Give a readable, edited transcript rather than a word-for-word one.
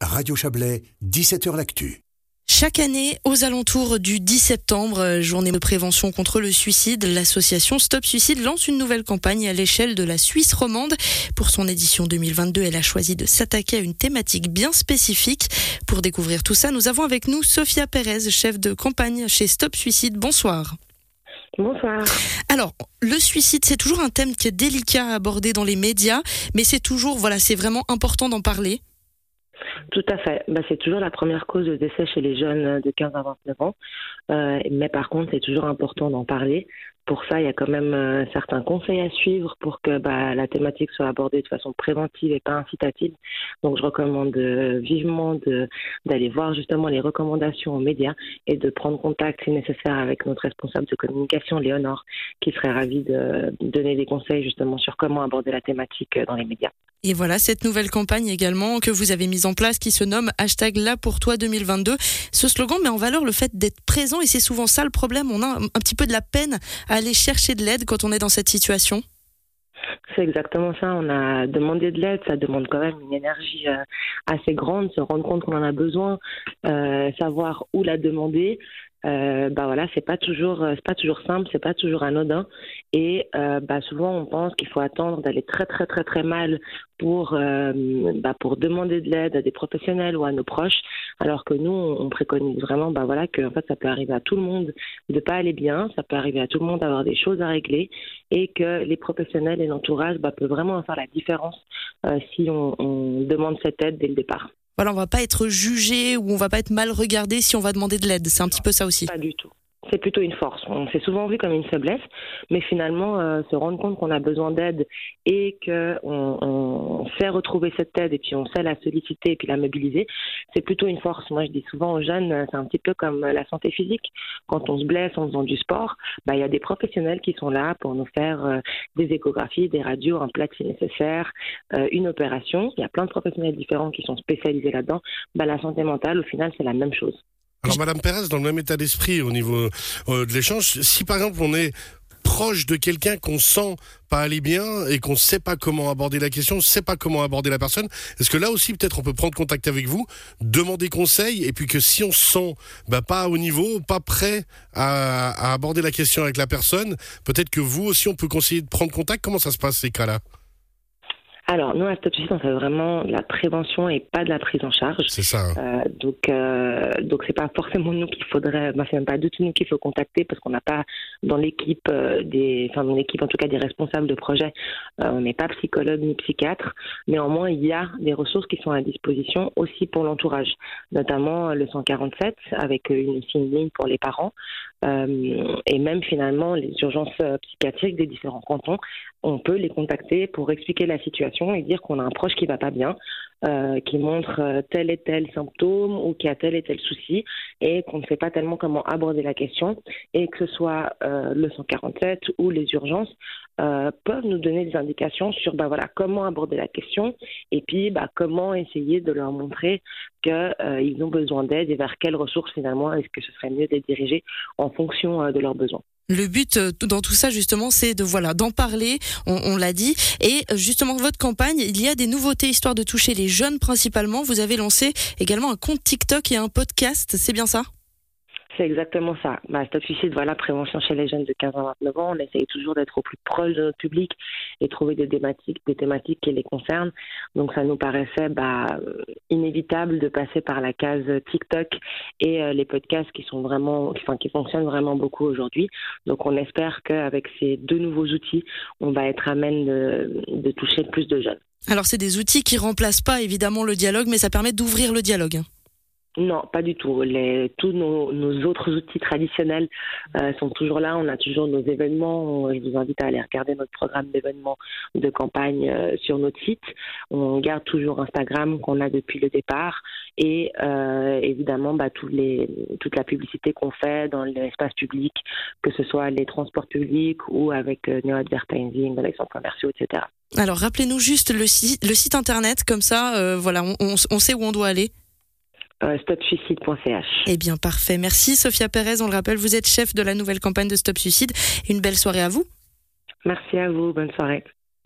Radio Chablais, 17h l'actu. Chaque année, aux alentours du 10 septembre, journée de prévention contre le suicide, l'association Stop Suicide lance une nouvelle campagne à l'échelle de la Suisse romande. Pour son édition 2022, elle a choisi de s'attaquer à une thématique bien spécifique. Pour découvrir tout ça, nous avons avec nous Sophia Pérez, chef de campagne chez Stop Suicide. Bonsoir. Bonsoir. Alors, le suicide, c'est toujours un thème qui est délicat à aborder dans les médias, mais c'est vraiment important d'en parler. Tout à fait. C'est toujours la première cause de décès chez les jeunes de 15 à 29 ans. Mais par contre, c'est toujours important d'en parler. Pour ça, il y a quand même certains conseils à suivre pour que la thématique soit abordée de façon préventive et pas incitative. Donc, je recommande vivement d'aller voir justement les recommandations aux médias et de prendre contact, si nécessaire, avec notre responsable de communication, Léonore, qui serait ravie de donner des conseils justement sur comment aborder la thématique dans les médias. Et voilà, cette nouvelle campagne également que vous avez mise en place qui se nomme #LaPourToi 2022. Ce slogan met en valeur le fait d'être présent et c'est souvent ça le problème. On a un petit peu de la peine à aller chercher de l'aide quand on est dans cette situation. C'est exactement ça. On a demandé de l'aide, ça demande quand même une énergie assez grande, se rendre compte qu'on en a besoin, savoir où la demander. C'est pas toujours simple, c'est pas toujours anodin et souvent on pense qu'il faut attendre d'aller très très très très mal pour demander de l'aide à des professionnels ou à nos proches, alors que nous on préconise vraiment que en fait ça peut arriver à tout le monde de pas aller bien, ça peut arriver à tout le monde d'avoir des choses à régler et que les professionnels et l'entourage peuvent vraiment faire la différence si on demande cette aide dès le départ. Voilà, on va pas être jugé ou on va pas être mal regardé si on va demander de l'aide. C'est un petit peu ça aussi. Pas du tout. C'est plutôt une force. On s'est souvent vu comme une faiblesse, mais finalement, se rendre compte qu'on a besoin d'aide et qu'on sait retrouver cette aide et puis on sait la solliciter et puis la mobiliser, c'est plutôt une force. Moi, je dis souvent aux jeunes, c'est un petit peu comme la santé physique. Quand on se blesse en faisant du sport, il y a des professionnels qui sont là pour nous faire des échographies, des radios, un plat si nécessaire, une opération. Il y a plein de professionnels différents qui sont spécialisés là-dedans. La santé mentale, au final, c'est la même chose. Alors, Madame Pérez, dans le même état d'esprit au niveau de l'échange, si par exemple on est proche de quelqu'un qu'on sent pas aller bien et qu'on ne sait pas comment aborder la question, ne sait pas comment aborder la personne, est-ce que là aussi peut-être on peut prendre contact avec vous, demander conseil et puis que si on se sent pas au niveau, pas prêt à aborder la question avec la personne, peut-être que vous aussi on peut conseiller de prendre contact. Comment ça se passe ces cas-là ? Alors, nous, à Stop Suicide, on fait vraiment de la prévention et pas de la prise en charge. C'est ça. Donc, c'est pas forcément nous qu'il faudrait, c'est même pas du tout nous qu'il faut contacter parce qu'on n'a pas dans l'équipe dans l'équipe en tout cas des responsables de projet, on n'est pas psychologue ni psychiatre. Néanmoins, il y a des ressources qui sont à disposition aussi pour l'entourage, notamment le 147 avec une ligne pour les parents et même finalement les urgences psychiatriques des différents cantons. On peut les contacter pour expliquer la situation et dire qu'on a un proche qui va pas bien, qui montre tel et tel symptôme ou qui a tel et tel souci et qu'on ne sait pas tellement comment aborder la question et que ce soit le 147 ou les urgences peuvent nous donner des indications sur comment aborder la question et puis comment essayer de leur montrer qu'ils ont besoin d'aide et vers quelles ressources finalement est-ce que ce serait mieux d'être dirigés en fonction de leurs besoins. Le but dans tout ça justement c'est d'en parler, on l'a dit, et justement votre campagne, il y a des nouveautés histoire de toucher les jeunes principalement. Vous avez lancé également un compte TikTok et un podcast, c'est bien ça ? C'est exactement ça. Stop Suicide, prévention chez les jeunes de 15 à 29 ans. On essaye toujours d'être au plus proche de notre public et trouver des thématiques qui les concernent. Donc ça nous paraissait inévitable de passer par la case TikTok et les podcasts qui fonctionnent vraiment beaucoup aujourd'hui. Donc on espère qu'avec ces deux nouveaux outils, on va être à même de toucher plus de jeunes. Alors c'est des outils qui remplacent pas évidemment le dialogue, mais ça permet d'ouvrir le dialogue. Non, pas du tout. Tous nos autres outils traditionnels sont toujours là. On a toujours nos événements. Je vous invite à aller regarder notre programme d'événements de campagne sur notre site. On garde toujours Instagram qu'on a depuis le départ et évidemment toute la publicité qu'on fait dans l'espace public, que ce soit les transports publics ou avec Neo Advertising, dans les centres commerciaux, etc. Alors rappelez-nous juste le site internet, comme ça on sait où on doit aller. stopsuicide.ch. Eh bien, parfait. Merci Sophia Pérez. On le rappelle, vous êtes chef de la nouvelle campagne de Stop Suicide. Une belle soirée à vous. Merci à vous. Bonne soirée.